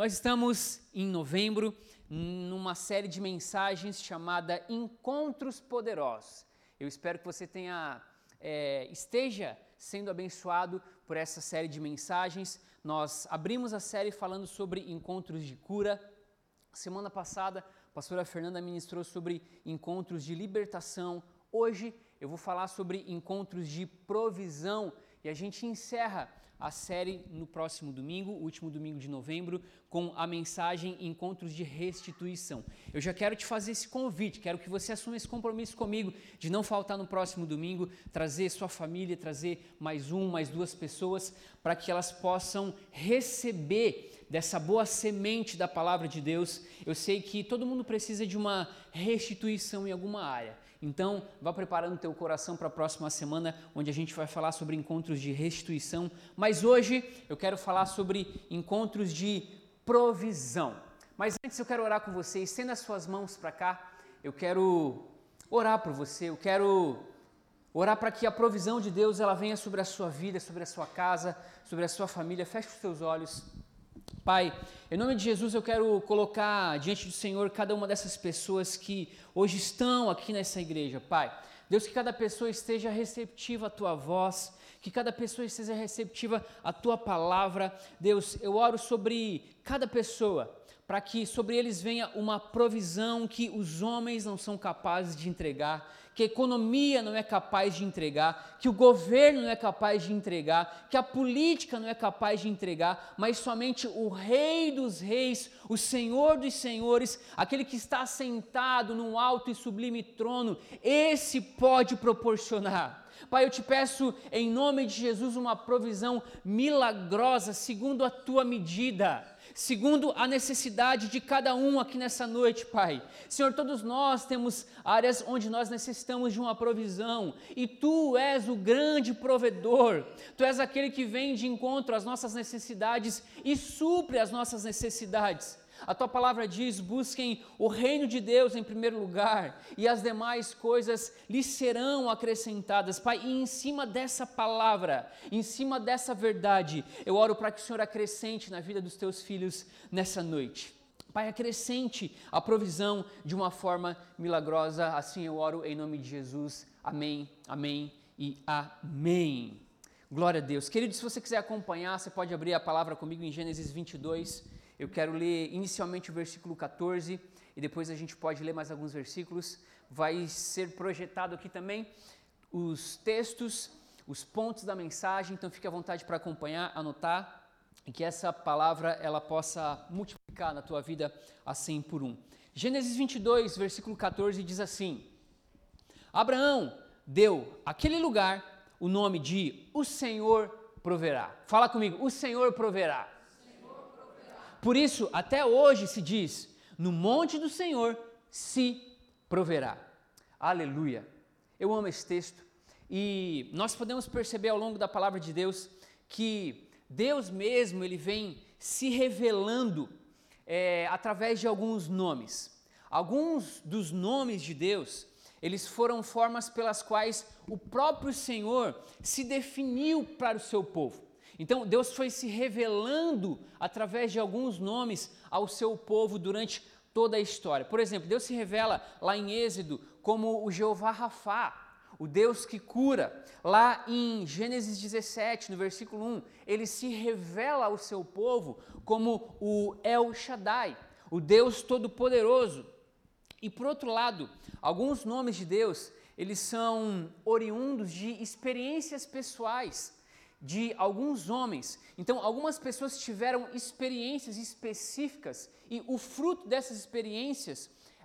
Nós estamos em novembro, numa série de mensagens chamada Encontros Poderosos. Eu espero que você esteja sendo abençoado por essa série de mensagens. Nós abrimos a série falando sobre encontros de cura. Semana passada, a pastora Fernanda ministrou sobre encontros de libertação. Hoje eu vou falar sobre encontros de provisão e a gente encerra a série no próximo domingo, último domingo de novembro, com a mensagem Encontros de Restituição. Eu já quero te fazer esse convite, quero que você assuma esse compromisso comigo de não faltar no próximo domingo, trazer sua família, trazer mais duas pessoas, para que elas possam receber dessa boa semente da palavra de Deus. Eu sei que todo mundo precisa de uma restituição em alguma área. Então, vá preparando o teu coração para a próxima semana, onde a gente vai falar sobre encontros de restituição. Mas hoje eu quero falar sobre encontros de provisão. Mas antes eu quero orar com você. Estenda as suas mãos para cá. Eu quero orar por você. Eu quero orar para que a provisão de Deus ela venha sobre a sua vida, sobre a sua casa, sobre a sua família. Feche os seus olhos. Pai, em nome de Jesus eu quero colocar diante do Senhor cada uma dessas pessoas que hoje estão aqui nessa igreja, Pai. Deus, que cada pessoa esteja receptiva à Tua voz, que cada pessoa esteja receptiva à Tua palavra. Deus, eu oro sobre cada pessoa, para que sobre eles venha uma provisão que os homens não são capazes de entregar, que a economia não é capaz de entregar, que o governo não é capaz de entregar, que a política não é capaz de entregar, mas somente o Rei dos Reis, o Senhor dos Senhores, aquele que está sentado num alto e sublime trono, esse pode proporcionar. Pai, eu te peço em nome de Jesus uma provisão milagrosa, segundo a Tua medida, segundo a necessidade de cada um aqui nessa noite, Pai. Senhor, todos nós temos áreas onde nós necessitamos de uma provisão e Tu és o grande provedor. Tu és aquele que vem de encontro às nossas necessidades e supre as nossas necessidades. A Tua palavra diz, busquem o reino de Deus em primeiro lugar e as demais coisas lhes serão acrescentadas. Pai, e em cima dessa palavra, em cima dessa verdade, eu oro para que o Senhor acrescente na vida dos Teus filhos nessa noite. Pai, acrescente a provisão de uma forma milagrosa, assim eu oro em nome de Jesus. Amém, amém e amém. Glória a Deus. Querido, se você quiser acompanhar, você pode abrir a palavra comigo em Gênesis 22. Eu quero ler inicialmente o versículo 14 e depois a gente pode ler mais alguns versículos. Vai ser projetado aqui também os textos, os pontos da mensagem, então fique à vontade para acompanhar, anotar e que essa palavra ela possa multiplicar na tua vida a 100 por 1. Gênesis 22, versículo 14 diz assim: Abraão deu àquele lugar o nome de O Senhor Proverá. Fala comigo, o Senhor proverá. Por isso, até hoje se diz, no monte do Senhor se proverá. Aleluia. Eu amo esse texto e nós podemos perceber ao longo da palavra de Deus que Deus mesmo, Ele vem se revelando através de alguns nomes. Alguns dos nomes de Deus, eles foram formas pelas quais o próprio Senhor se definiu para o seu povo. Então, Deus foi se revelando através de alguns nomes ao seu povo durante toda a história. Por exemplo, Deus se revela lá em Êxodo como o Jeová Rafá, o Deus que cura. Lá em Gênesis 17, no versículo 1, Ele se revela ao seu povo como o El Shaddai, o Deus Todo-Poderoso. E por outro lado, alguns nomes de Deus, eles são oriundos de experiências pessoais de alguns homens. Então, algumas pessoas tiveram experiências específicas e o fruto dessas experiências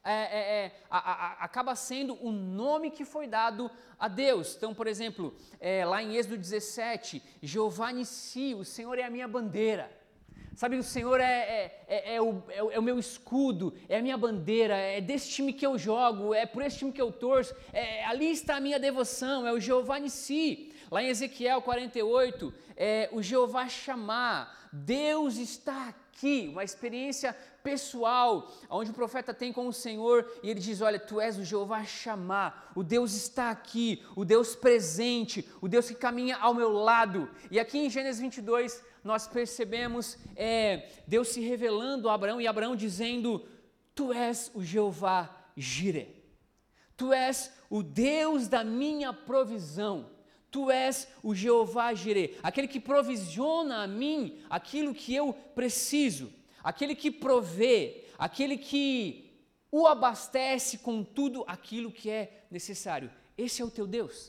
acaba sendo o nome que foi dado a Deus. Então, por exemplo, lá em Êxodo 17, Jeová Nissi, o Senhor é a minha bandeira. Sabe, o Senhor é o meu escudo, é a minha bandeira, é desse time que eu jogo, é por esse time que eu torço, ali está a minha devoção, é o Jeová Nissi. Lá em Ezequiel 48, o Jeová Shammah, Deus está aqui, uma experiência pessoal, onde o profeta tem com o Senhor e ele diz, olha, tu és o Jeová Shammah, o Deus está aqui, o Deus presente, o Deus que caminha ao meu lado. E aqui em Gênesis 22, nós percebemos Deus se revelando a Abraão e Abraão dizendo: Tu és o Jeová Jireh, Tu és o Deus da minha provisão, Tu és o Jeová Jireh, aquele que provisiona a mim aquilo que eu preciso, aquele que provê, aquele que o abastece com tudo aquilo que é necessário. Esse é o teu Deus.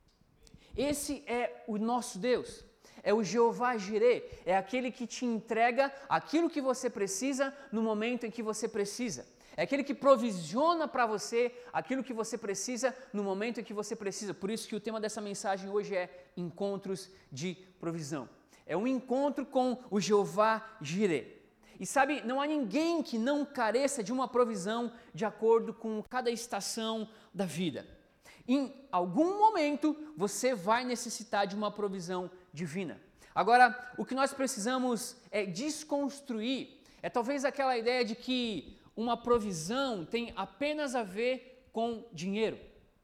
Esse é o nosso Deus. É o Jeová Jireh, é aquele que te entrega aquilo que você precisa no momento em que você precisa. É aquele que provisiona para você aquilo que você precisa no momento em que você precisa. Por isso que o tema dessa mensagem hoje é encontros de provisão. É um encontro com o Jeová Jireh. E sabe, não há ninguém que não careça de uma provisão de acordo com cada estação da vida. Em algum momento você vai necessitar de uma provisão divina. Agora, o que nós precisamos desconstruir é talvez aquela ideia de que uma provisão tem apenas a ver com dinheiro,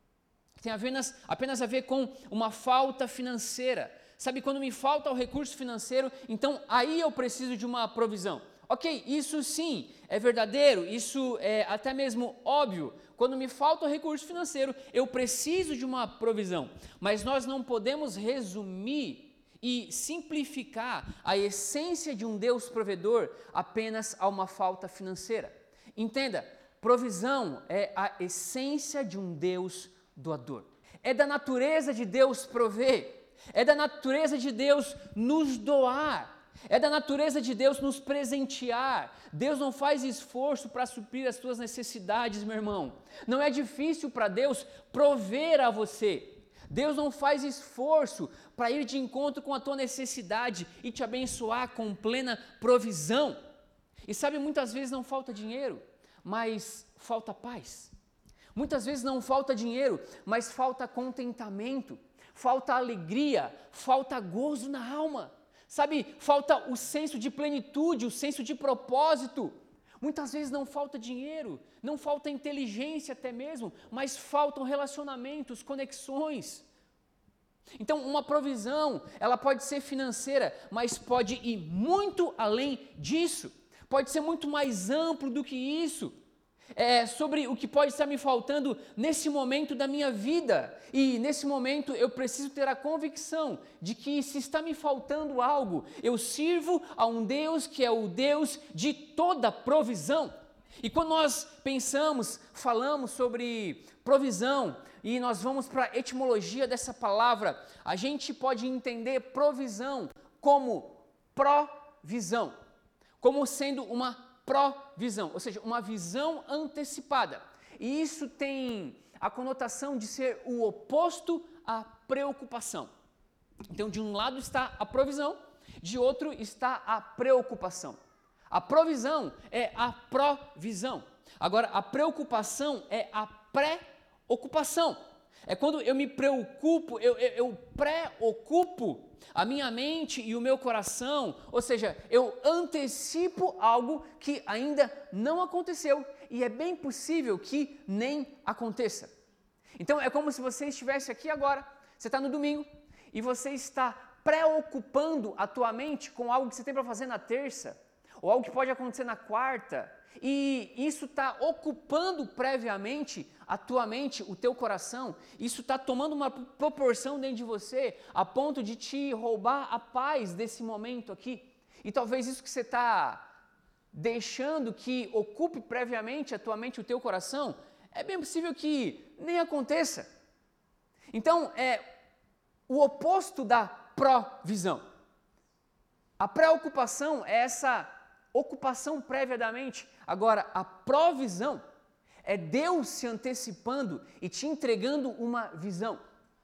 tem apenas a ver com uma falta financeira. Sabe, quando me falta o recurso financeiro, então aí eu preciso de uma provisão. Ok, isso sim é verdadeiro, isso é até mesmo óbvio. Quando me falta o recurso financeiro, eu preciso de uma provisão. Mas nós não podemos resumir e simplificar a essência de um Deus provedor apenas a uma falta financeira. Entenda, provisão é a essência de um Deus doador. É da natureza de Deus prover, é da natureza de Deus nos doar. É da natureza de Deus nos presentear. Deus não faz esforço para suprir as tuas necessidades, meu irmão. Não é difícil para Deus prover a você. Deus não faz esforço para ir de encontro com a tua necessidade e te abençoar com plena provisão. E sabe, muitas vezes não falta dinheiro, mas falta paz. Muitas vezes não falta dinheiro, mas falta contentamento, falta alegria, falta gozo na alma. Sabe, falta o senso de plenitude, o senso de propósito. Muitas vezes não falta dinheiro, não falta inteligência até mesmo, mas faltam relacionamentos, conexões. Então, uma provisão, ela pode ser financeira, mas pode ir muito além disso. Pode ser muito mais amplo do que isso. É sobre o que pode estar me faltando nesse momento da minha vida. E nesse momento eu preciso ter a convicção de que se está me faltando algo, eu sirvo a um Deus que é o Deus de toda provisão. E quando nós falamos sobre provisão, e nós vamos para a etimologia dessa palavra, a gente pode entender provisão como provisão, como sendo uma provisão, ou seja, uma visão antecipada. E isso tem a conotação de ser o oposto à preocupação. Então, de um lado está a provisão, de outro está a preocupação. A provisão é a provisão. Agora, a preocupação é a pré-ocupação. É quando eu me preocupo, eu pré-ocupo a minha mente e o meu coração, ou seja, eu antecipo algo que ainda não aconteceu e é bem possível que nem aconteça. Então é como se você estivesse aqui agora, você está no domingo e você está preocupando a tua mente com algo que você tem para fazer na terça, ou algo que pode acontecer na quarta, e isso está ocupando previamente a tua mente, o teu coração, isso está tomando uma proporção dentro de você, a ponto de te roubar a paz desse momento aqui. E talvez isso que você está deixando que ocupe previamente a tua mente e o teu coração, é bem possível que nem aconteça. Então, é o oposto da provisão. A preocupação é essa ocupação prévia da mente. Agora, a provisão é Deus se antecipando e te entregando uma visão.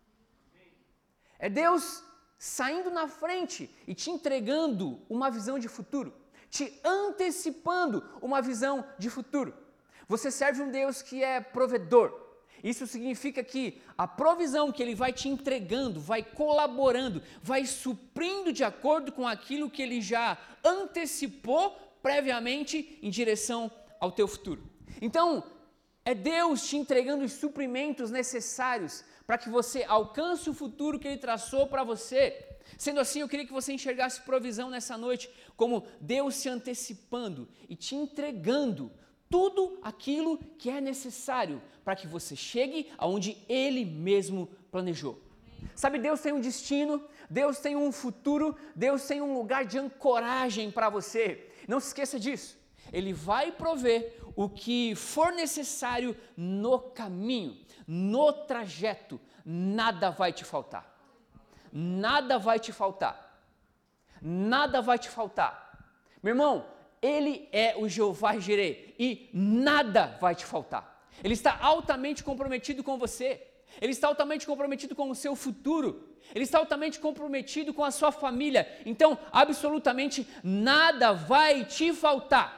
É Deus saindo na frente e te entregando uma visão de futuro, te antecipando uma visão de futuro. Você serve um Deus que é provedor. Isso significa que a provisão que Ele vai te entregando, vai colaborando, vai suprindo de acordo com aquilo que Ele já antecipou previamente em direção ao teu futuro. Então, é Deus te entregando os suprimentos necessários para que você alcance o futuro que Ele traçou para você. Sendo assim, eu queria que você enxergasse provisão nessa noite, como Deus se antecipando e te entregando tudo aquilo que é necessário para que você chegue aonde Ele mesmo planejou. Sabe, Deus tem um destino, Deus tem um futuro, Deus tem um lugar de ancoragem para você. Não se esqueça disso. Ele vai prover o que for necessário no caminho, no trajeto. Nada vai te faltar. Nada vai te faltar. Nada vai te faltar. Meu irmão, Ele é o Jeová Jireh e nada vai te faltar. Ele está altamente comprometido com você. Ele está altamente comprometido com o seu futuro. Ele está altamente comprometido com a sua família. Então, absolutamente nada vai te faltar.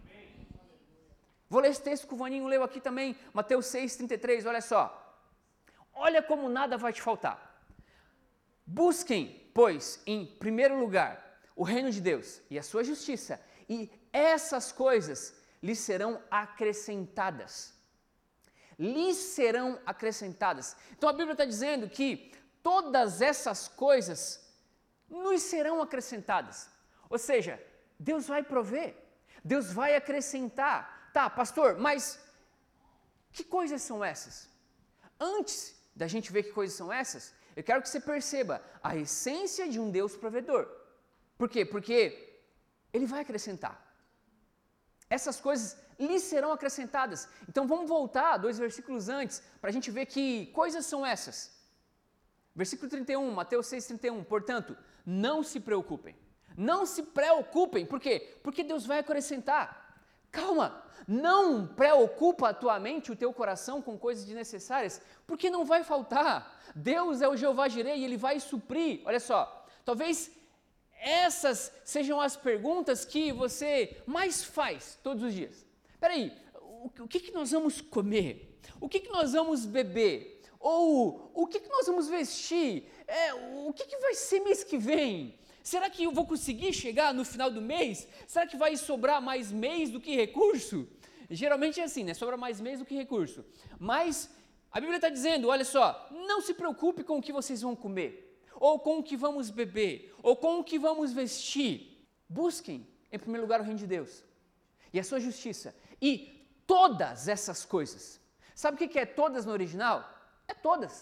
Vou ler esse texto que o Vaninho leu aqui também, Mateus 6,33, olha só. Olha como nada vai te faltar. Busquem, pois, em primeiro lugar, o reino de Deus e a sua justiça, e essas coisas lhes serão acrescentadas. Lhes serão acrescentadas. Então a Bíblia está dizendo que todas essas coisas nos serão acrescentadas. Ou seja, Deus vai prover, Deus vai acrescentar. Tá, pastor, mas que coisas são essas? Antes da gente ver que coisas são essas, eu quero que você perceba a essência de um Deus provedor. Por quê? Porque Ele vai acrescentar. Essas coisas lhes serão acrescentadas. Então vamos voltar 2 versículos antes, para a gente ver que coisas são essas. Versículo 31, Mateus 6,31. Portanto, não se preocupem. Não se preocupem. Por quê? Porque Deus vai acrescentar. Calma, não preocupa a tua mente, o teu coração com coisas desnecessárias, porque não vai faltar. Deus é o Jeová Jireh e Ele vai suprir. Olha só, talvez essas sejam as perguntas que você mais faz todos os dias. Espera aí, o que nós vamos comer? O que nós vamos beber? Ou o que nós vamos vestir? O que vai ser mês que vem? Será que eu vou conseguir chegar no final do mês? Será que vai sobrar mais mês do que recurso? Geralmente é assim, né? Sobra mais mês do que recurso. Mas a Bíblia está dizendo, olha só, não se preocupe com o que vocês vão comer, ou com o que vamos beber, ou com o que vamos vestir. Busquem, em primeiro lugar, o reino de Deus e a sua justiça. E todas essas coisas. Sabe o que é todas no original? É todas.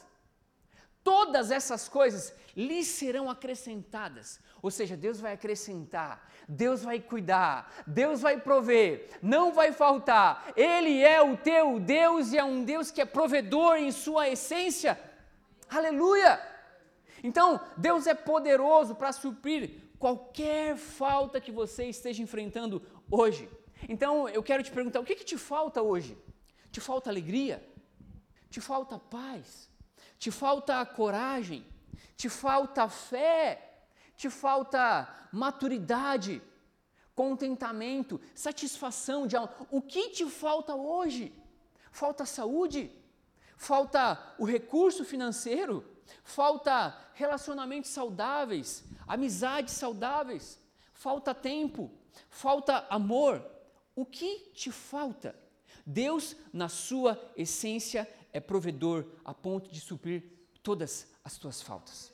Todas essas coisas lhes serão acrescentadas. Ou seja, Deus vai acrescentar, Deus vai cuidar, Deus vai prover, não vai faltar. Ele é o teu Deus e é um Deus que é provedor em sua essência. Aleluia! Então, Deus é poderoso para suprir qualquer falta que você esteja enfrentando hoje. Então, eu quero te perguntar, o que te falta hoje? Te falta alegria? Te falta paz? Te falta coragem? Te falta fé? Te falta maturidade, contentamento, satisfação de alma? O que te falta hoje? Falta saúde? Falta o recurso financeiro? Falta relacionamentos saudáveis, amizades saudáveis? Falta tempo? Falta amor? O que te falta? Deus, na sua essência, é provedor a ponto de suprir todas as tuas faltas.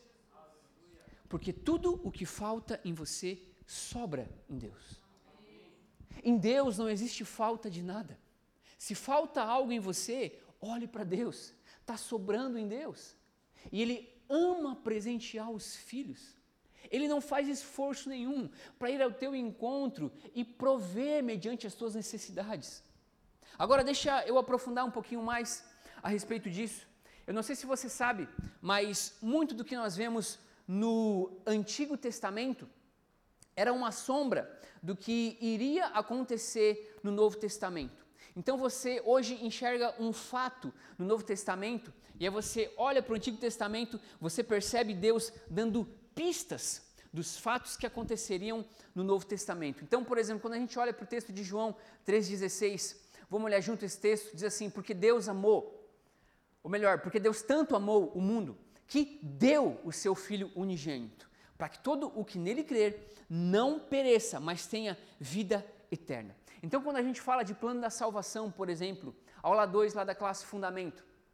Porque tudo o que falta em você sobra em Deus. Em Deus não existe falta de nada. Se falta algo em você, olhe para Deus. Está sobrando em Deus. E Ele ama presentear os filhos. Ele não faz esforço nenhum para ir ao teu encontro e prover mediante as tuas necessidades. Agora deixa eu aprofundar um pouquinho mais a respeito disso. Eu não sei se você sabe, mas muito do que nós vemos no Antigo Testamento era uma sombra do que iria acontecer no Novo Testamento. Então você hoje enxerga um fato no Novo Testamento e aí você olha para o Antigo Testamento, você percebe Deus dando pistas dos fatos que aconteceriam no Novo Testamento. Então, por exemplo, quando a gente olha para o texto de João 3,16, vamos olhar junto esse texto, diz assim, porque Deus amou, ou melhor, porque Deus tanto amou o mundo, que deu o seu Filho unigênito, para que todo o que nele crer não pereça, mas tenha vida eterna. Então, quando a gente fala de plano da salvação, por exemplo, aula 2 lá da classe Fundamento,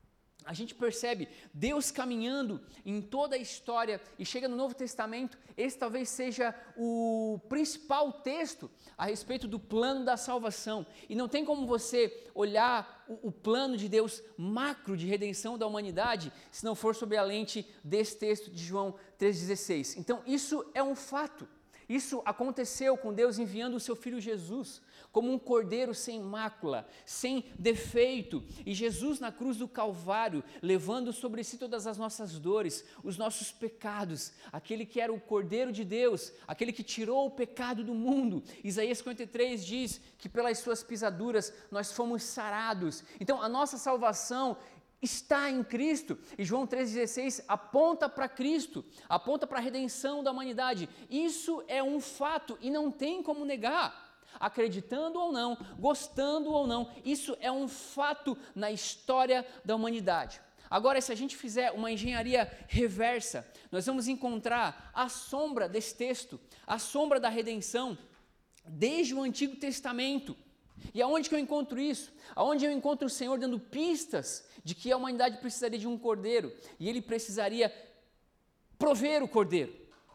a gente percebe Deus caminhando em toda a história e chega no Novo Testamento, esse talvez seja o principal texto a respeito do plano da salvação. E não tem como você olhar o plano de Deus macro de redenção da humanidade se não for sob a lente desse texto de João 3,16. Então isso é um fato. Isso aconteceu com Deus enviando o seu Filho Jesus como um cordeiro sem mácula, sem defeito, e Jesus na cruz do Calvário, levando sobre si todas as nossas dores, os nossos pecados, aquele que era o Cordeiro de Deus, aquele que tirou o pecado do mundo. Isaías 53 diz que pelas suas pisaduras nós fomos sarados. Então a nossa salvação está em Cristo, e João 3,16 aponta para Cristo, aponta para a redenção da humanidade. Isso é um fato e não tem como negar, acreditando ou não, gostando ou não, isso é um fato na história da humanidade. Agora, se a gente fizer uma engenharia reversa, nós vamos encontrar a sombra desse texto, a sombra da redenção, desde o Antigo Testamento. E aonde que eu encontro isso? Aonde eu encontro o Senhor dando pistas de que a humanidade precisaria de um cordeiro, e ele precisaria prover o cordeiro.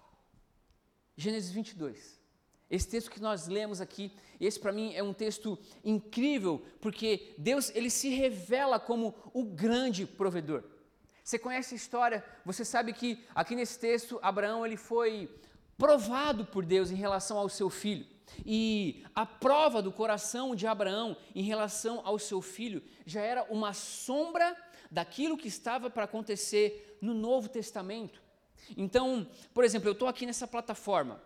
Gênesis 22. Esse texto que nós lemos aqui, esse para mim é um texto incrível, porque Deus ele se revela como o grande provedor. Você conhece a história, você sabe que aqui nesse texto, Abraão ele foi provado por Deus em relação ao seu filho. E a prova do coração de Abraão em relação ao seu filho já era uma sombra daquilo que estava para acontecer no Novo Testamento. Então, por exemplo, eu estou aqui nessa plataforma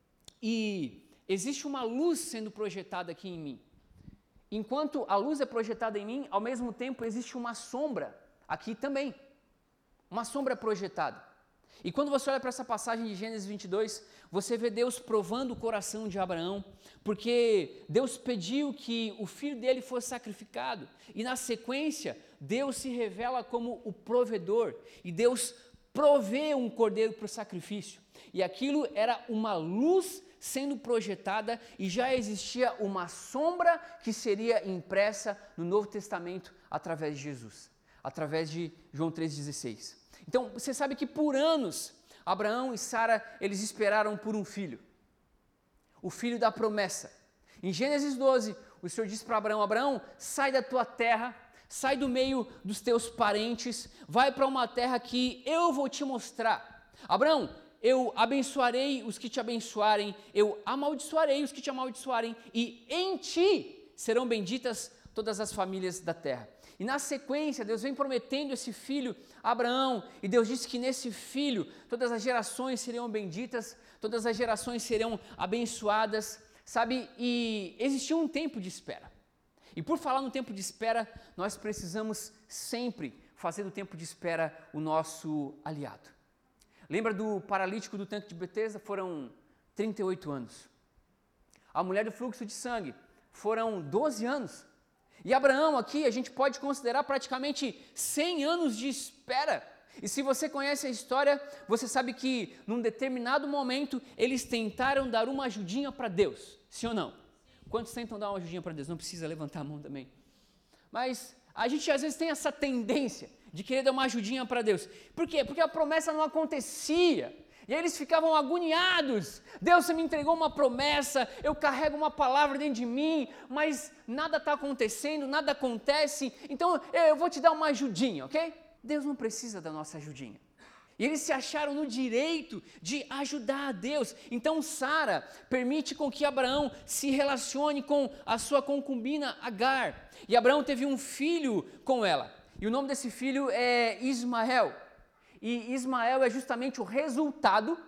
e existe uma luz sendo projetada aqui em mim. Enquanto a luz é projetada em mim, ao mesmo tempo existe uma sombra aqui também. Uma sombra projetada. E quando você olha para essa passagem de Gênesis 22, você vê Deus provando o coração de Abraão, porque Deus pediu que o filho dele fosse sacrificado, e na sequência, Deus se revela como o provedor, e Deus provê um cordeiro para o sacrifício, e aquilo era uma luz sendo projetada, e já existia uma sombra que seria impressa no Novo Testamento através de Jesus, através de João 3,16. Então, você sabe que por anos, Abraão e Sara, eles esperaram por um filho, o filho da promessa. Em Gênesis 12, o Senhor disse para Abraão: Abraão, sai da tua terra, sai do meio dos teus parentes, vai para uma terra que eu vou te mostrar. Abraão, eu abençoarei os que te abençoarem, eu amaldiçoarei os que te amaldiçoarem, e em ti serão benditas todas as famílias da terra. E na sequência, Deus vem prometendo esse filho a Abraão, e Deus disse que nesse filho todas as gerações seriam benditas, todas as gerações serão abençoadas, sabe? E existia um tempo de espera. E por falar no tempo de espera, nós precisamos sempre fazer do tempo de espera o nosso aliado. Lembra do paralítico do tanque de Betesda? Foram 38 anos. A mulher do fluxo de sangue, foram 12 anos. E Abraão aqui a gente pode considerar praticamente 100 anos de espera. E se você conhece a história, você sabe que num determinado momento eles tentaram dar uma ajudinha para Deus, sim ou não? Quantos tentam dar uma ajudinha para Deus? Não precisa levantar a mão também. Mas a gente às vezes tem essa tendência de querer dar uma ajudinha para Deus. Por quê? Porque a promessa não acontecia. E aí eles ficavam agoniados. Deus, você me entregou uma promessa, eu carrego uma palavra dentro de mim, mas nada está acontecendo, nada acontece, então eu vou te dar uma ajudinha, ok? Deus não precisa da nossa ajudinha. E eles se acharam no direito de ajudar a Deus. Então Sara permite com que Abraão se relacione com a sua concubina Agar. E Abraão teve um filho com ela. E o nome desse filho é Ismael. E Ismael é justamente o resultado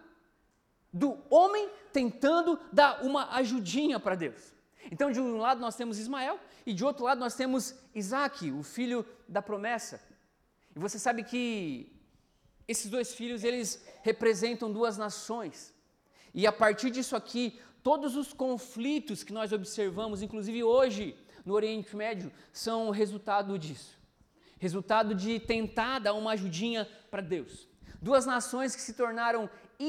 do homem tentando dar uma ajudinha para Deus. Então, de um lado nós temos Ismael e de outro lado nós temos Isaque, o filho da promessa. E você sabe que esses dois filhos, eles representam duas nações. E a partir disso aqui, todos os conflitos que nós observamos, inclusive hoje no Oriente Médio, são resultado disso. Resultado de tentar dar uma ajudinha para Deus. Duas nações que se tornaram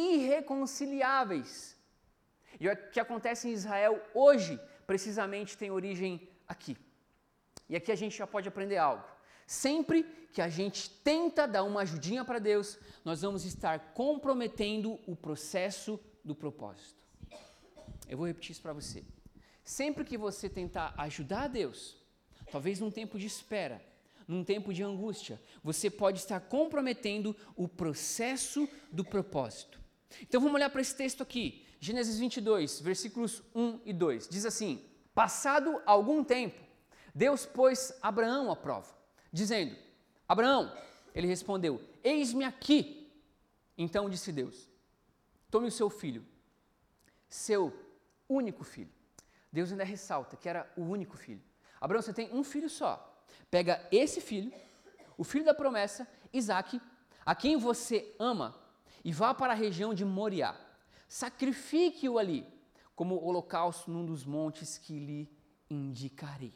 irreconciliáveis. E o que acontece em Israel hoje, precisamente, tem origem aqui. E aqui a gente já pode aprender algo. Sempre que a gente tenta dar uma ajudinha para Deus, nós vamos estar comprometendo o processo do propósito. Eu vou repetir isso para você. Sempre que você tentar ajudar a Deus, talvez num tempo de espera, num tempo de angústia, você pode estar comprometendo o processo do propósito. Então vamos olhar para esse texto aqui, Gênesis 22, versículos 1 e 2. Diz assim: passado algum tempo, Deus pôs Abraão à prova, dizendo: Abraão, ele respondeu: eis-me aqui. Então disse Deus: tome o seu filho, seu único filho. Deus ainda ressalta que era o único filho. Abraão, você tem um filho só. Pega esse filho, o filho da promessa, Isaque, a quem você ama, e vá para a região de Moriá. Sacrifique-o ali, como holocausto num dos montes que lhe indicarei.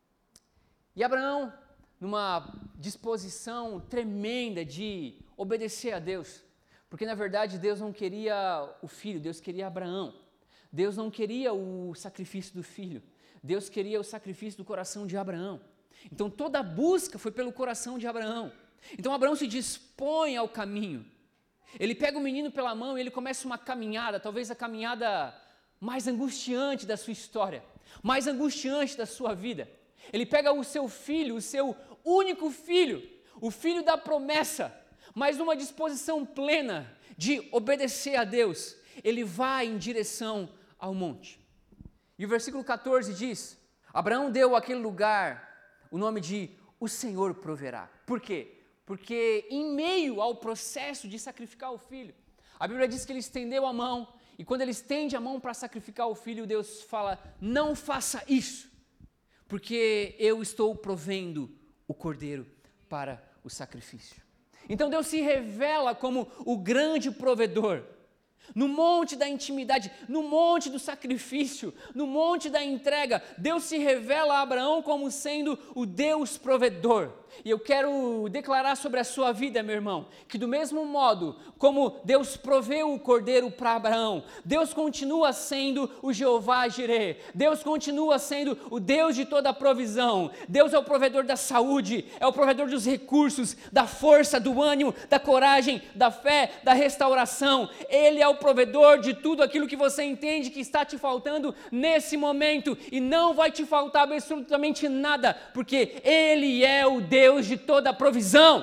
E Abraão, numa disposição tremenda de obedecer a Deus, porque na verdade Deus não queria o filho, Deus queria Abraão. Deus não queria o sacrifício do filho, Deus queria o sacrifício do coração de Abraão. Então toda a busca foi pelo coração de Abraão. Então Abraão se dispõe ao caminho. Ele pega o menino pela mão e ele começa uma caminhada, talvez a caminhada mais angustiante da sua história, mais angustiante da sua vida. Ele pega o seu filho, o seu único filho, o filho da promessa, mas numa disposição plena de obedecer a Deus, ele vai em direção ao monte. E o versículo 14 diz: Abraão deu àquele lugar o nome de o Senhor proverá. Por quê? Porque em meio ao processo de sacrificar o filho, a Bíblia diz que ele estendeu a mão, e quando ele estende a mão para sacrificar o filho, Deus fala: não faça isso, porque eu estou provendo o cordeiro para o sacrifício. Então Deus se revela como o grande provedor. No monte da intimidade, no monte do sacrifício, no monte da entrega, Deus se revela a Abraão como sendo o Deus provedor. E eu quero declarar sobre a sua vida, meu irmão, que do mesmo modo como Deus proveu o cordeiro para Abraão, Deus continua sendo o Jeová Jireh, Deus continua sendo o Deus de toda a provisão. Deus é o provedor da saúde, é o provedor dos recursos, da força, do ânimo, da coragem, da fé, da restauração. Ele é o provedor de tudo aquilo que você entende que está te faltando nesse momento, e não vai te faltar absolutamente nada, porque Ele é o Deus de toda a provisão.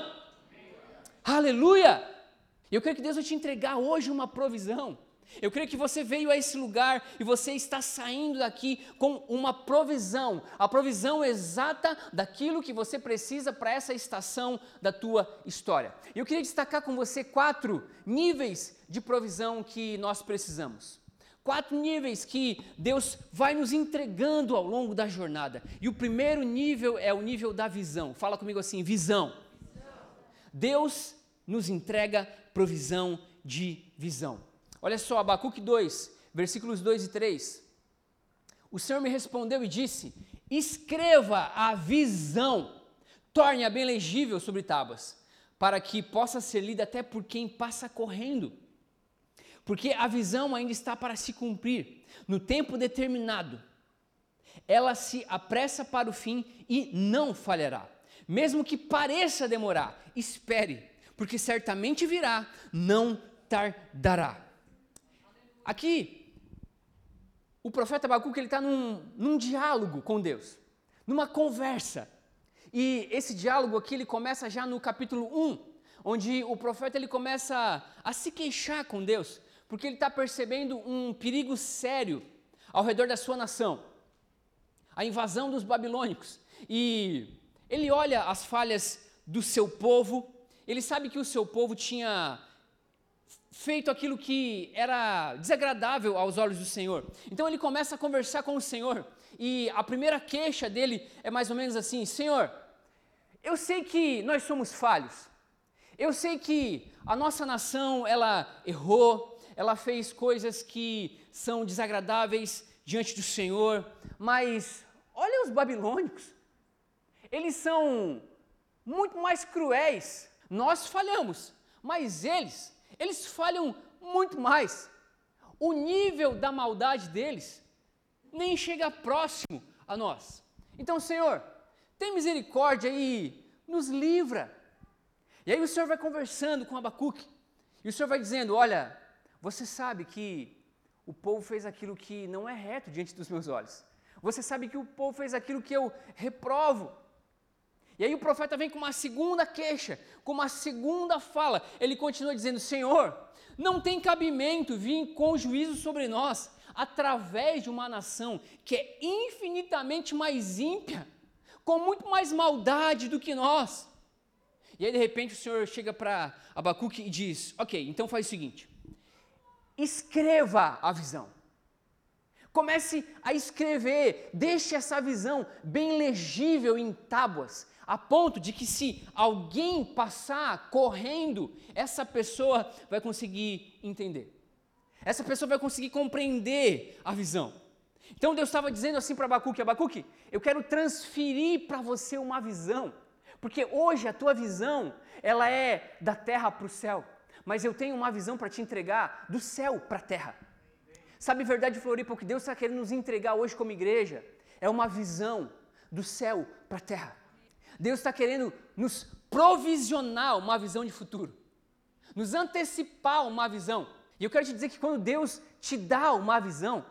Aleluia! Eu creio que Deus vai te entregar hoje uma provisão. Eu creio que você veio a esse lugar e você está saindo daqui com uma provisão, a provisão exata daquilo que você precisa para essa estação da tua história. Eu queria destacar com você 4 níveis de provisão que nós precisamos. 4 níveis que Deus vai nos entregando ao longo da jornada. E o primeiro nível é o nível da visão. Fala comigo assim: visão. Deus nos entrega provisão de visão. Olha só, Abacuque 2, versículos 2 e 3. O Senhor me respondeu e disse: escreva a visão, torne-a bem legível sobre tábuas, para que possa ser lida até por quem passa correndo. Porque a visão ainda está para se cumprir, no tempo determinado. Ela se apressa para o fim e não falhará. Mesmo que pareça demorar, espere, porque certamente virá, não tardará. Aqui, o profeta Abacuque está num diálogo com Deus, numa conversa. E esse diálogo aqui, ele começa já no capítulo 1, onde o profeta ele começa a se queixar com Deus, porque ele está percebendo um perigo sério ao redor da sua nação, a invasão dos babilônicos. E ele olha as falhas do seu povo, ele sabe que o seu povo tinha feito aquilo que era desagradável aos olhos do Senhor. Então ele começa a conversar com o Senhor, e a primeira queixa dele é mais ou menos assim: Senhor, eu sei que nós somos falhos, eu sei que a nossa nação, ela errou, ela fez coisas que são desagradáveis diante do Senhor, mas olha os babilônicos, eles são muito mais cruéis. Nós falhamos, mas eles falham muito mais. O nível da maldade deles nem chega próximo a nós. Então, Senhor, tem misericórdia e nos livra. E aí o Senhor vai conversando com Abacuque, e o Senhor vai dizendo, olha, você sabe que o povo fez aquilo que não é reto diante dos meus olhos. Você sabe que o povo fez aquilo que eu reprovo. E aí o profeta vem com uma segunda queixa, com uma segunda fala. Ele continua dizendo, Senhor, não tem cabimento vir com juízo sobre nós, através de uma nação que é infinitamente mais ímpia, com muito mais maldade do que nós. E aí de repente o Senhor chega para Abacuque e diz, ok, então faz o seguinte, escreva a visão. Comece a escrever, deixe essa visão bem legível em tábuas, a ponto de que se alguém passar correndo, essa pessoa vai conseguir entender. Essa pessoa vai conseguir compreender a visão. Então Deus estava dizendo assim para Abacuque, Abacuque, eu quero transferir para você uma visão, porque hoje a tua visão, ela é da terra para o céu, mas eu tenho uma visão para te entregar do céu para a terra. Sabe, verdade, Floripa, o que Deus está querendo nos entregar hoje como igreja é uma visão do céu para a terra. Deus está querendo nos provisionar uma visão de futuro, nos antecipar uma visão. E eu quero te dizer que quando Deus te dá uma visão,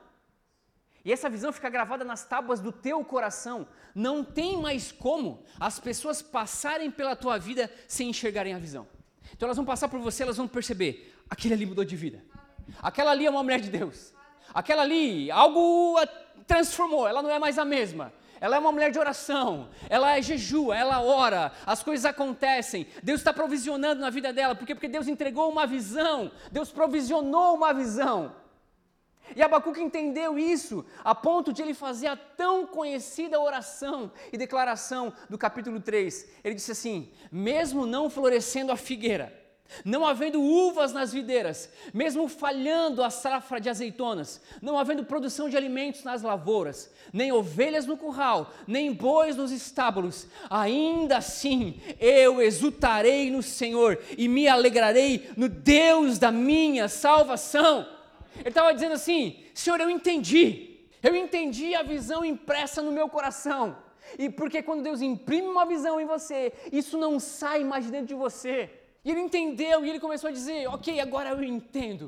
e essa visão fica gravada nas tábuas do teu coração, não tem mais como as pessoas passarem pela tua vida sem enxergarem a visão. Então elas vão passar por você, elas vão perceber, aquele ali mudou de vida, aquela ali é uma mulher de Deus, aquela ali, algo a transformou, ela não é mais a mesma. Ela é uma mulher de oração, ela jejua, ela ora, as coisas acontecem, Deus está provisionando na vida dela, por quê? Porque Deus entregou uma visão, Deus provisionou uma visão. E Abacuque entendeu isso, a ponto de ele fazer a tão conhecida oração e declaração do capítulo 3. Ele disse assim, mesmo não florescendo a figueira, não havendo uvas nas videiras, mesmo falhando a safra de azeitonas, não havendo produção de alimentos nas lavouras, nem ovelhas no curral, nem bois nos estábulos, ainda assim eu exultarei no Senhor e me alegrarei no Deus da minha salvação. Ele estava dizendo assim, Senhor, eu entendi a visão impressa no meu coração, e porque quando Deus imprime uma visão em você, isso não sai mais de dentro de você. E ele entendeu, e ele começou a dizer, ok, agora eu entendo,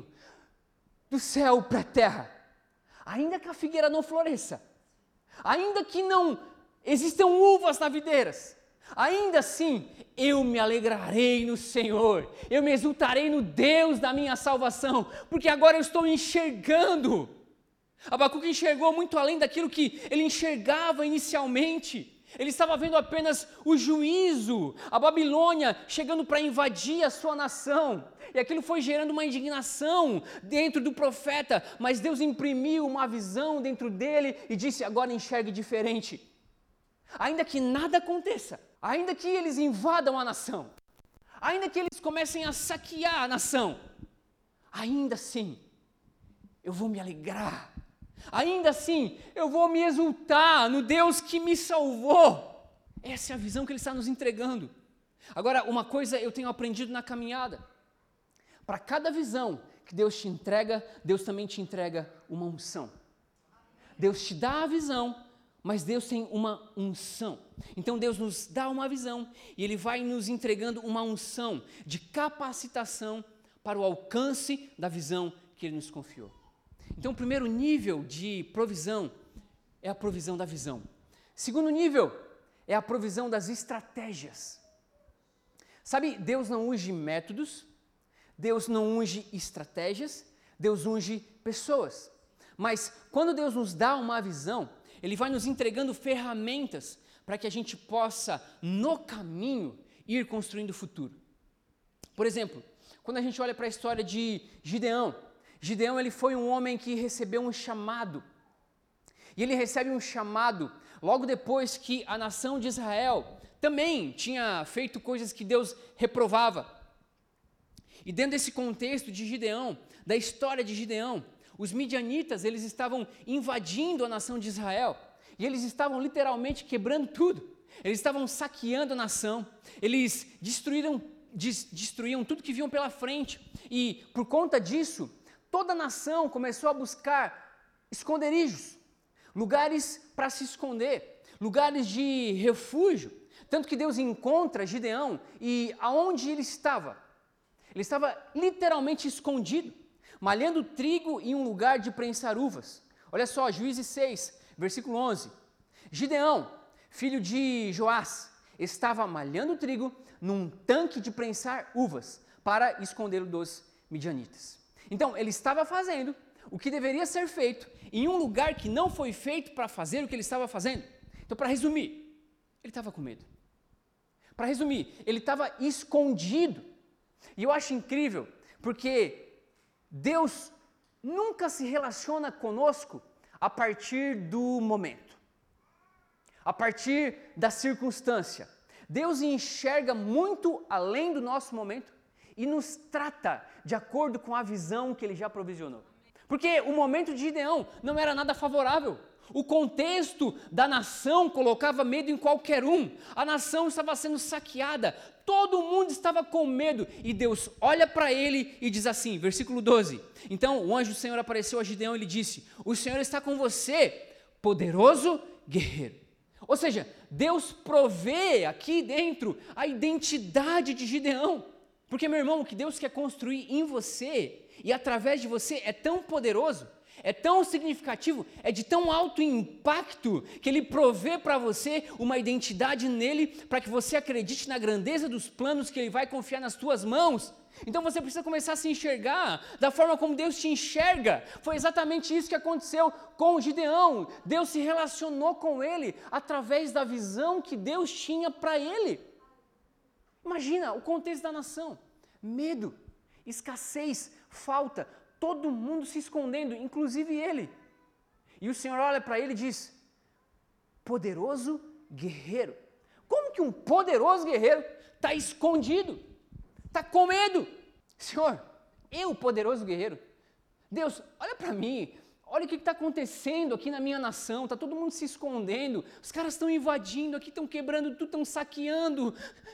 do céu para a terra, ainda que a figueira não floresça, ainda que não existam uvas nas videiras, ainda assim, eu me alegrarei no Senhor, eu me exultarei no Deus da minha salvação, porque agora eu estou enxergando. Abacuque enxergou muito além daquilo que ele enxergava inicialmente. Ele estava vendo apenas o juízo, a Babilônia chegando para invadir a sua nação, e aquilo foi gerando uma indignação dentro do profeta, mas Deus imprimiu uma visão dentro dele e disse, agora enxergue diferente. Ainda que nada aconteça, ainda que eles invadam a nação, ainda que eles comecem a saquear a nação, ainda assim, eu vou me alegrar. Ainda assim, eu vou me exultar no Deus que me salvou. Essa é a visão que Ele está nos entregando. Agora, uma coisa eu tenho aprendido na caminhada. Para cada visão que Deus te entrega, Deus também te entrega uma unção. Deus te dá a visão, mas Deus tem uma unção. Então Deus nos dá uma visão e Ele vai nos entregando uma unção de capacitação para o alcance da visão que Ele nos confiou. Então, o primeiro nível de provisão é a provisão da visão. Segundo nível é a provisão das estratégias. Sabe, Deus não unge métodos, Deus não unge estratégias, Deus unge pessoas. Mas quando Deus nos dá uma visão, Ele vai nos entregando ferramentas para que a gente possa, no caminho, ir construindo o futuro. Por exemplo, quando a gente olha para a história de Gideão, ele foi um homem que recebeu um chamado, e ele recebe um chamado logo depois que a nação de Israel também tinha feito coisas que Deus reprovava. E dentro desse contexto de Gideão, da história de Gideão, os midianitas, eles estavam invadindo a nação de Israel, e eles estavam literalmente quebrando tudo, eles estavam saqueando a nação, eles destruíam tudo que viam pela frente, e por conta disso, toda a nação começou a buscar esconderijos, lugares para se esconder, lugares de refúgio, Tanto que Deus encontra Gideão e aonde ele estava? Ele estava literalmente escondido, malhando trigo em um lugar de prensar uvas. Olha só, Juízes 6, versículo 11. Gideão, filho de Joás, estava malhando trigo num tanque de prensar uvas para escondê-lo dos midianitas. Então, ele estava fazendo o que deveria ser feito em um lugar que não foi feito para fazer o que ele estava fazendo. Então, para resumir, ele estava com medo. Para resumir, ele estava escondido. E eu acho incrível, porque Deus nunca se relaciona conosco a partir do momento, a partir da circunstância. Deus enxerga muito além do nosso momento e nos trata de acordo com a visão que Ele já provisionou. Porque o momento de Gideão não era nada favorável. O contexto da nação colocava medo em qualquer um. A nação estava sendo saqueada, todo mundo estava com medo. E Deus olha para ele e diz assim, versículo 12. Então o anjo do Senhor apareceu a Gideão e lhe disse: o Senhor está com você, poderoso guerreiro. Ou seja, Deus provê aqui dentro a identidade de Gideão. Porque, meu irmão, o que Deus quer construir em você e através de você é tão poderoso, é tão significativo, é de tão alto impacto, que Ele provê para você uma identidade nele, para que você acredite na grandeza dos planos que Ele vai confiar nas tuas mãos. Então você precisa começar a se enxergar da forma como Deus te enxerga. Foi exatamente isso que aconteceu com Gideão. Deus se relacionou com ele através da visão que Deus tinha para ele. Imagina o contexto da nação: medo, escassez, falta, todo mundo se escondendo, inclusive ele. E o Senhor olha para ele e diz: poderoso guerreiro. Como que um poderoso guerreiro está escondido? Está com medo? Senhor, eu, poderoso guerreiro, Deus, olha para mim, olha o que está acontecendo aqui na minha nação, está todo mundo se escondendo, os caras estão invadindo aqui, estão quebrando tudo, estão saqueando.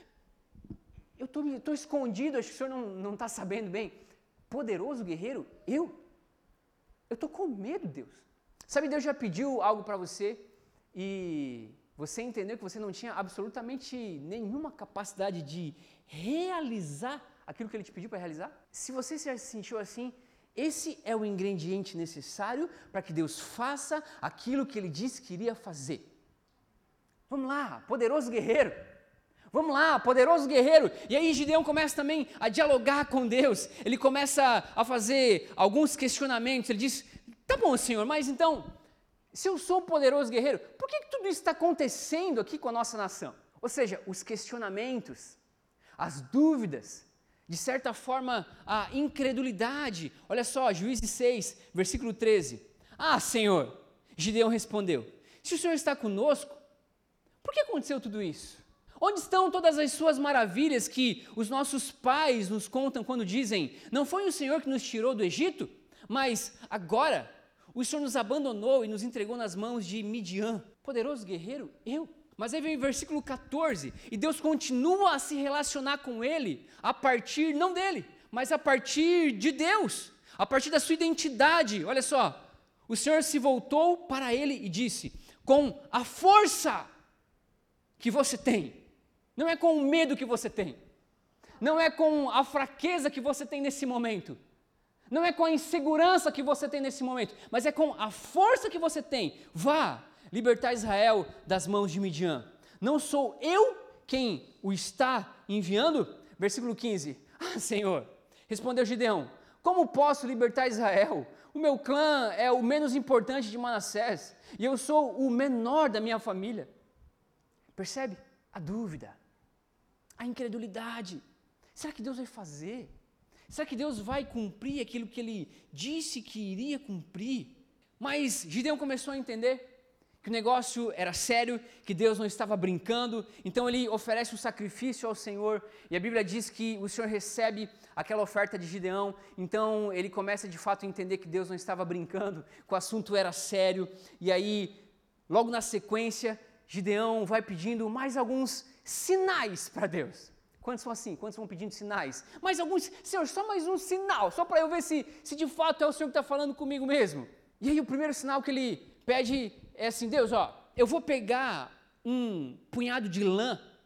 Eu estou escondido, acho que o Senhor não está sabendo bem. Poderoso guerreiro, eu estou com medo, Deus. Sabe, Deus já pediu algo para você e você entendeu que você não tinha absolutamente nenhuma capacidade de realizar aquilo que Ele te pediu para realizar? Se você se sentiu assim, esse é o ingrediente necessário para que Deus faça aquilo que Ele disse que iria fazer. Vamos lá, poderoso guerreiro. Vamos lá, poderoso guerreiro. E aí Gideão começa também a dialogar com Deus. Ele começa a fazer alguns questionamentos. Ele diz: tá bom, Senhor, mas então, se eu sou poderoso guerreiro, por que tudo isso está acontecendo aqui com a nossa nação? Ou seja, os questionamentos, as dúvidas, de certa forma, a incredulidade. Olha só, Juízes 6, versículo 13. Ah, Senhor, Gideão respondeu: se o Senhor está conosco, por que aconteceu tudo isso? Onde estão todas as suas maravilhas que os nossos pais nos contam quando dizem: não foi o Senhor que nos tirou do Egito? Mas agora o Senhor nos abandonou e nos entregou nas mãos de Midian. Poderoso guerreiro, eu. Mas aí vem o versículo 14, e Deus continua a se relacionar com ele a partir, não dele, mas a partir de Deus, a partir da sua identidade. Olha só, o Senhor se voltou para ele e disse: com a força que você tem, não é com o medo que você tem, não é com a fraqueza que você tem nesse momento, não é com a insegurança que você tem nesse momento, mas é com a força que você tem. Vá libertar Israel das mãos de Midian. Não sou eu quem o está enviando? Versículo 15. Ah, Senhor, respondeu Gideão, como posso libertar Israel? O meu clã é o menos importante de Manassés e eu sou o menor da minha família. Percebe? A dúvida, a incredulidade. Será que Deus vai fazer? Será que Deus vai cumprir aquilo que Ele disse que iria cumprir? Mas Gideão começou a entender que o negócio era sério, que Deus não estava brincando, então ele oferece um sacrifício ao Senhor, e a Bíblia diz que o Senhor recebe aquela oferta de Gideão, então ele começa de fato a entender que Deus não estava brincando, que o assunto era sério, e aí, logo na sequência, Gideão vai pedindo mais alguns sinais para Deus. Quantos são assim? Quantos vão pedindo sinais? Mais alguns, Senhor, só mais um sinal, só para eu ver se de fato é o Senhor que está falando comigo mesmo. E aí o primeiro sinal que ele pede é assim: Deus, ó, eu vou pegar um punhado de lã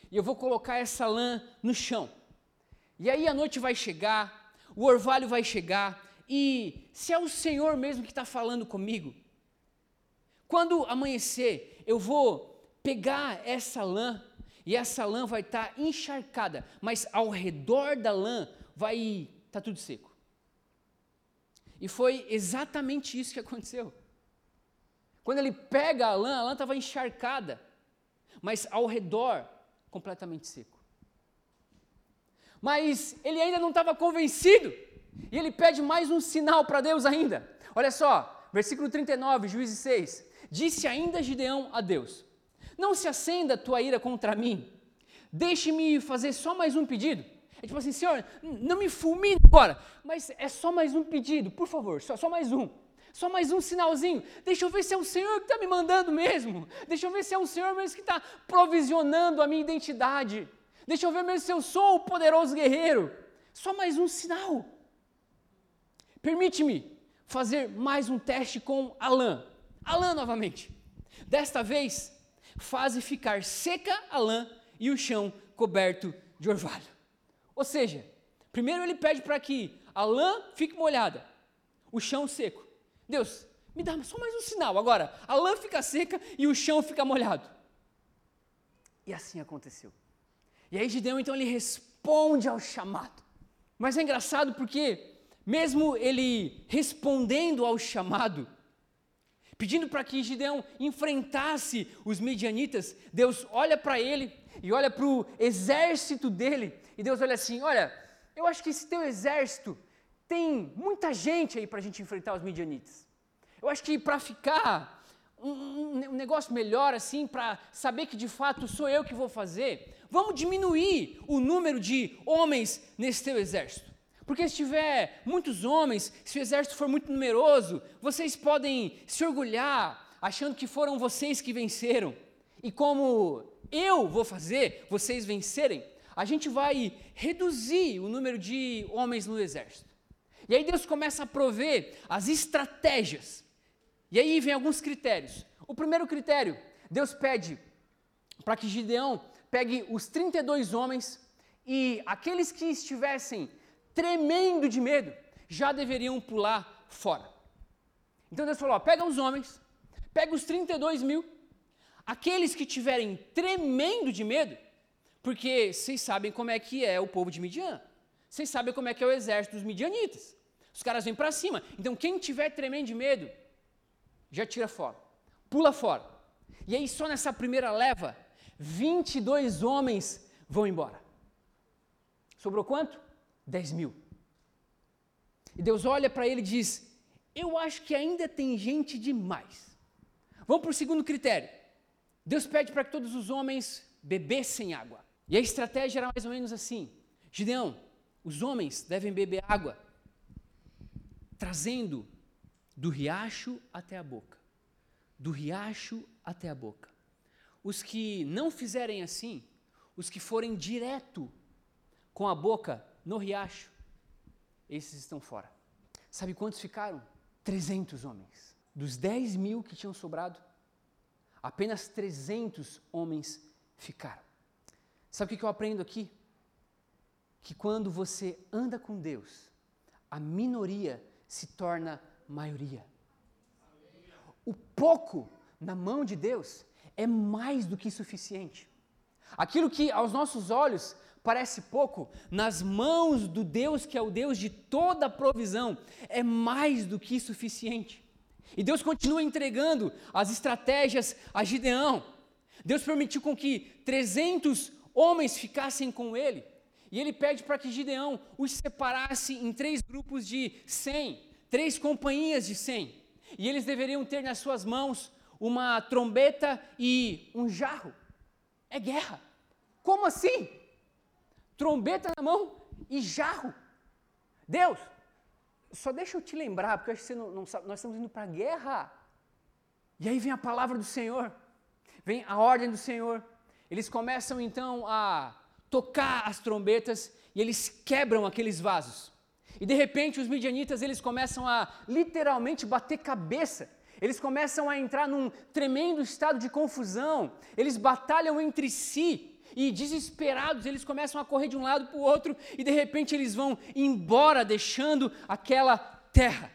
e eu vou colocar essa lã no chão. E aí a noite vai chegar, o orvalho vai chegar, e se é o Senhor mesmo que está falando comigo, quando amanhecer, eu vou pegar essa lã, e essa lã vai estar encharcada, mas ao redor da lã vai estar tudo seco. E foi exatamente isso que aconteceu. Quando ele pega a lã estava encharcada, mas ao redor, completamente seco. Mas ele ainda não estava convencido, e ele pede mais um sinal para Deus ainda. Olha só, versículo 39, Juízes 6. Disse ainda Gideão a Deus: não se acenda a tua ira contra mim, deixe-me fazer só mais um pedido. É tipo assim, Senhor, não me fulmine agora, mas é só mais um pedido, por favor, só mais um. Só mais um sinalzinho, deixa eu ver se é o Senhor que está me mandando mesmo, deixa eu ver se é o Senhor mesmo que está provisionando a minha identidade, deixa eu ver mesmo se eu sou o poderoso guerreiro, só mais um sinal. Permite-me fazer mais um teste com a lã novamente. Desta vez, faze ficar seca a lã e o chão coberto de orvalho. Ou seja, primeiro ele pede para que a lã fique molhada, o chão seco. Deus, me dá só mais um sinal. Agora, a lã fica seca e o chão fica molhado. E assim aconteceu. E aí Gideão, então, ele responde ao chamado. Mas é engraçado porque, mesmo ele respondendo ao chamado, pedindo para que Gideão enfrentasse os midianitas, Deus olha para ele e olha para o exército dele, e Deus olha assim, olha, eu acho que esse teu exército tem muita gente aí para a gente enfrentar os midianitas. Eu acho que para ficar um negócio melhor assim, para saber que de fato sou eu que vou fazer, vamos diminuir o número de homens nesse teu exército. Porque se tiver muitos homens, se o exército for muito numeroso, vocês podem se orgulhar, achando que foram vocês que venceram. E como eu vou fazer vocês vencerem, a gente vai reduzir o número de homens no exército. E aí Deus começa a prover as estratégias. E aí vem alguns critérios. O primeiro critério, Deus pede para que Gideão pegue os 32 homens e aqueles que estivessem tremendo de medo já deveriam pular fora. Então Deus falou, pega os homens, pega os 32 mil, aqueles que estiverem tremendo de medo, porque vocês sabem como é que é o povo de Midian, vocês sabem como é que é o exército dos midianitas. Os caras vêm para cima. Então, quem tiver tremendo de medo, já tira fora. Pula fora. E aí, só nessa primeira leva, 22 homens vão embora. Sobrou quanto? 10 mil. E Deus olha para ele e diz, eu acho que ainda tem gente demais. Vamos para o segundo critério. Deus pede para que todos os homens bebessem água. E a estratégia era mais ou menos assim. Gideão, os homens devem beber água trazendo do riacho até a boca. Do riacho até a boca. Os que não fizerem assim, os que forem direto com a boca no riacho, esses estão fora. Sabe quantos ficaram? 300 homens. Dos 10 mil que tinham sobrado, apenas 300 homens ficaram. Sabe o que eu aprendo aqui? Que quando você anda com Deus, a minoria se torna maioria. O pouco na mão de Deus é mais do que suficiente. Aquilo que aos nossos olhos parece pouco, nas mãos do Deus que é o Deus de toda a provisão, é mais do que suficiente. E Deus continua entregando as estratégias a Gideão. Deus permitiu com que 300 homens ficassem com ele. E ele pede para que Gideão os separasse em 3 grupos de 100, 3 companhias de 100. E eles deveriam ter nas suas mãos uma trombeta e um jarro. É guerra. Como assim? Trombeta na mão e jarro. Deus, só deixa eu te lembrar, porque eu acho que você não sabe, nós estamos indo para a guerra. E aí vem a palavra do Senhor, vem a ordem do Senhor. Eles começam então a tocar as trombetas e eles quebram aqueles vasos. E de repente os midianitas, eles começam a literalmente bater cabeça. Eles começam a entrar num tremendo estado de confusão. Eles batalham entre si. E desesperados, eles começam a correr de um lado para o outro e de repente eles vão embora deixando aquela terra.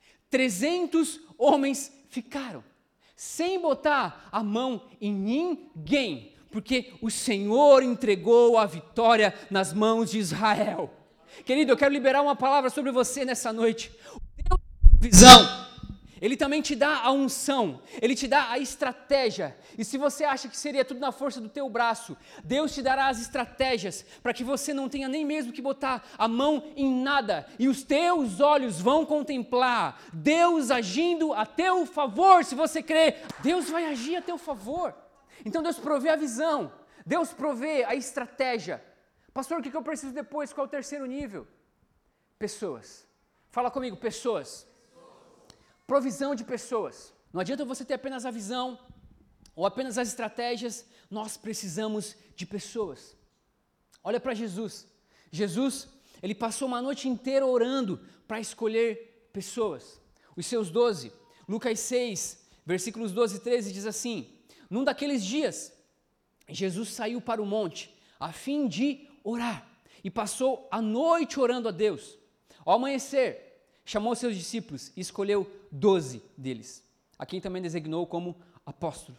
300 homens ficaram, sem botar a mão em ninguém, porque o Senhor entregou a vitória nas mãos de Israel. Querido, eu quero liberar uma palavra sobre você nessa noite. O Deus da visão, Ele também te dá a unção, Ele te dá a estratégia. E se você acha que seria tudo na força do teu braço, Deus te dará as estratégias para que você não tenha nem mesmo que botar a mão em nada. E os teus olhos vão contemplar Deus agindo a teu favor. Se você crê, Deus vai agir a teu favor. Então Deus provê a visão, Deus provê a estratégia. Pastor, o que eu preciso depois? Qual é o terceiro nível? Pessoas. Fala comigo, pessoas. Provisão de pessoas. Não adianta você ter apenas a visão ou apenas as estratégias, nós precisamos de pessoas. Olha para Jesus. Jesus, ele passou uma noite inteira orando para escolher pessoas. Os seus 12, Lucas 6, versículos 12 e 13 diz assim: num daqueles dias, Jesus saiu para o monte a fim de orar e passou a noite orando a Deus. Ao amanhecer, chamou seus discípulos e escolheu 12 deles, a quem também designou como apóstolos.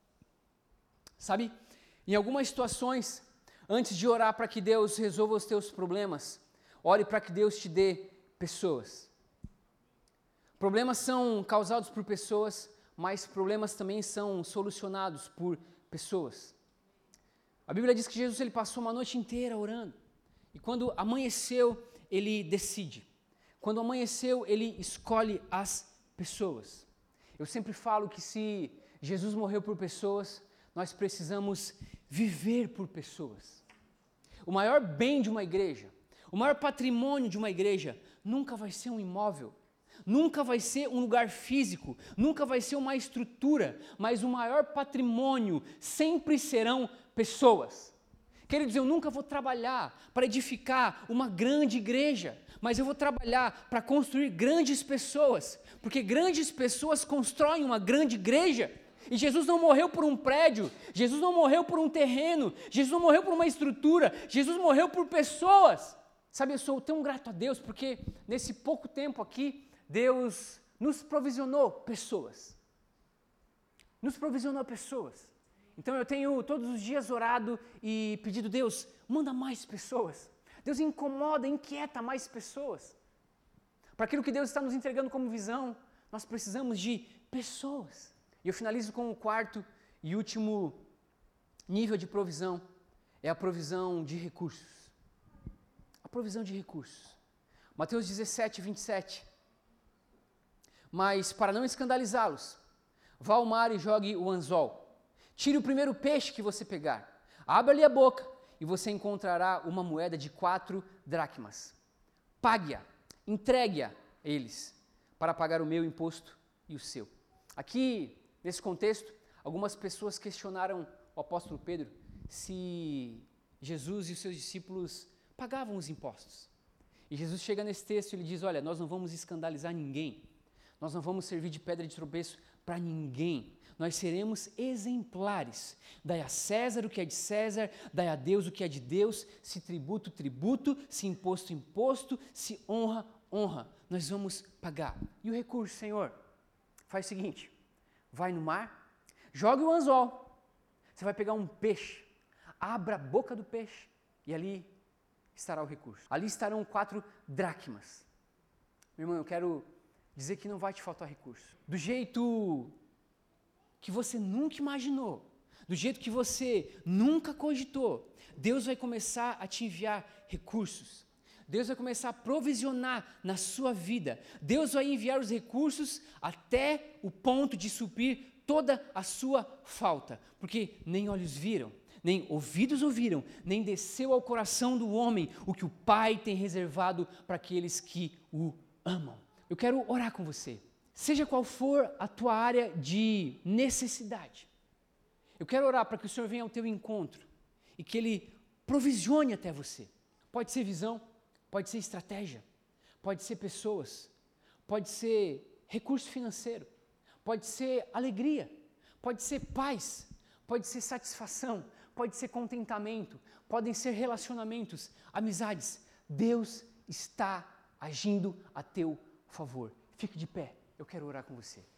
Sabe, em algumas situações, antes de orar para que Deus resolva os teus problemas, ore para que Deus te dê pessoas. Problemas são causados por pessoas, mas problemas também são solucionados por pessoas. A Bíblia diz que Jesus ele passou uma noite inteira orando, e quando amanheceu, ele decide. Quando amanheceu, ele escolhe as pessoas. Eu sempre falo que se Jesus morreu por pessoas, nós precisamos viver por pessoas. O maior bem de uma igreja, o maior patrimônio de uma igreja, nunca vai ser um imóvel, nunca vai ser um lugar físico, nunca vai ser uma estrutura, mas o maior patrimônio sempre serão pessoas. Queridos, eu nunca vou trabalhar para edificar uma grande igreja, mas eu vou trabalhar para construir grandes pessoas, porque grandes pessoas constroem uma grande igreja. E Jesus não morreu por um prédio, Jesus não morreu por um terreno, Jesus não morreu por uma estrutura, Jesus morreu por pessoas. Sabe, eu sou tão grato a Deus, porque nesse pouco tempo aqui, Deus nos provisionou pessoas. Nos provisionou pessoas. Então eu tenho todos os dias orado e pedido, Deus, manda mais pessoas. Deus incomoda, inquieta mais pessoas. Para aquilo que Deus está nos entregando como visão, nós precisamos de pessoas. E eu finalizo com o quarto e último nível de provisão, é a provisão de recursos. A provisão de recursos. Mateus 17, 27. Mas para não escandalizá-los, vá ao mar e jogue o anzol. Tire o primeiro peixe que você pegar, abra-lhe a boca e você encontrará uma moeda de 4 dracmas. Pague-a, entregue-a a eles, para pagar o meu imposto e o seu. Aqui, nesse contexto, algumas pessoas questionaram o apóstolo Pedro se Jesus e os seus discípulos pagavam os impostos. E Jesus chega nesse texto e ele diz, olha, nós não vamos escandalizar ninguém, nós não vamos servir de pedra de tropeço para ninguém. Nós seremos exemplares. Dai a César o que é de César, dai a Deus o que é de Deus, se tributo, tributo, se imposto, imposto, se honra, honra. Nós vamos pagar. E o recurso, Senhor? Faz o seguinte, vai no mar, joga o anzol, você vai pegar um peixe, abra a boca do peixe e ali estará o recurso. Ali estarão 4 dracmas. Meu irmão, eu quero dizer que não vai te faltar recurso. Do jeito que você nunca imaginou, do jeito que você nunca cogitou, Deus vai começar a te enviar recursos. Deus vai começar a provisionar na sua vida. Deus vai enviar os recursos até o ponto de suprir toda a sua falta. Porque nem olhos viram, nem ouvidos ouviram, nem desceu ao coração do homem o que o Pai tem reservado para aqueles que o amam. Eu quero orar com você. Seja qual for a tua área de necessidade, eu quero orar para que o Senhor venha ao teu encontro e que Ele provisione até você. Pode ser visão, pode ser estratégia, pode ser pessoas, pode ser recurso financeiro, pode ser alegria, pode ser paz, pode ser satisfação, pode ser contentamento, podem ser relacionamentos, amizades. Deus está agindo a teu favor. Fique de pé, eu quero orar com você.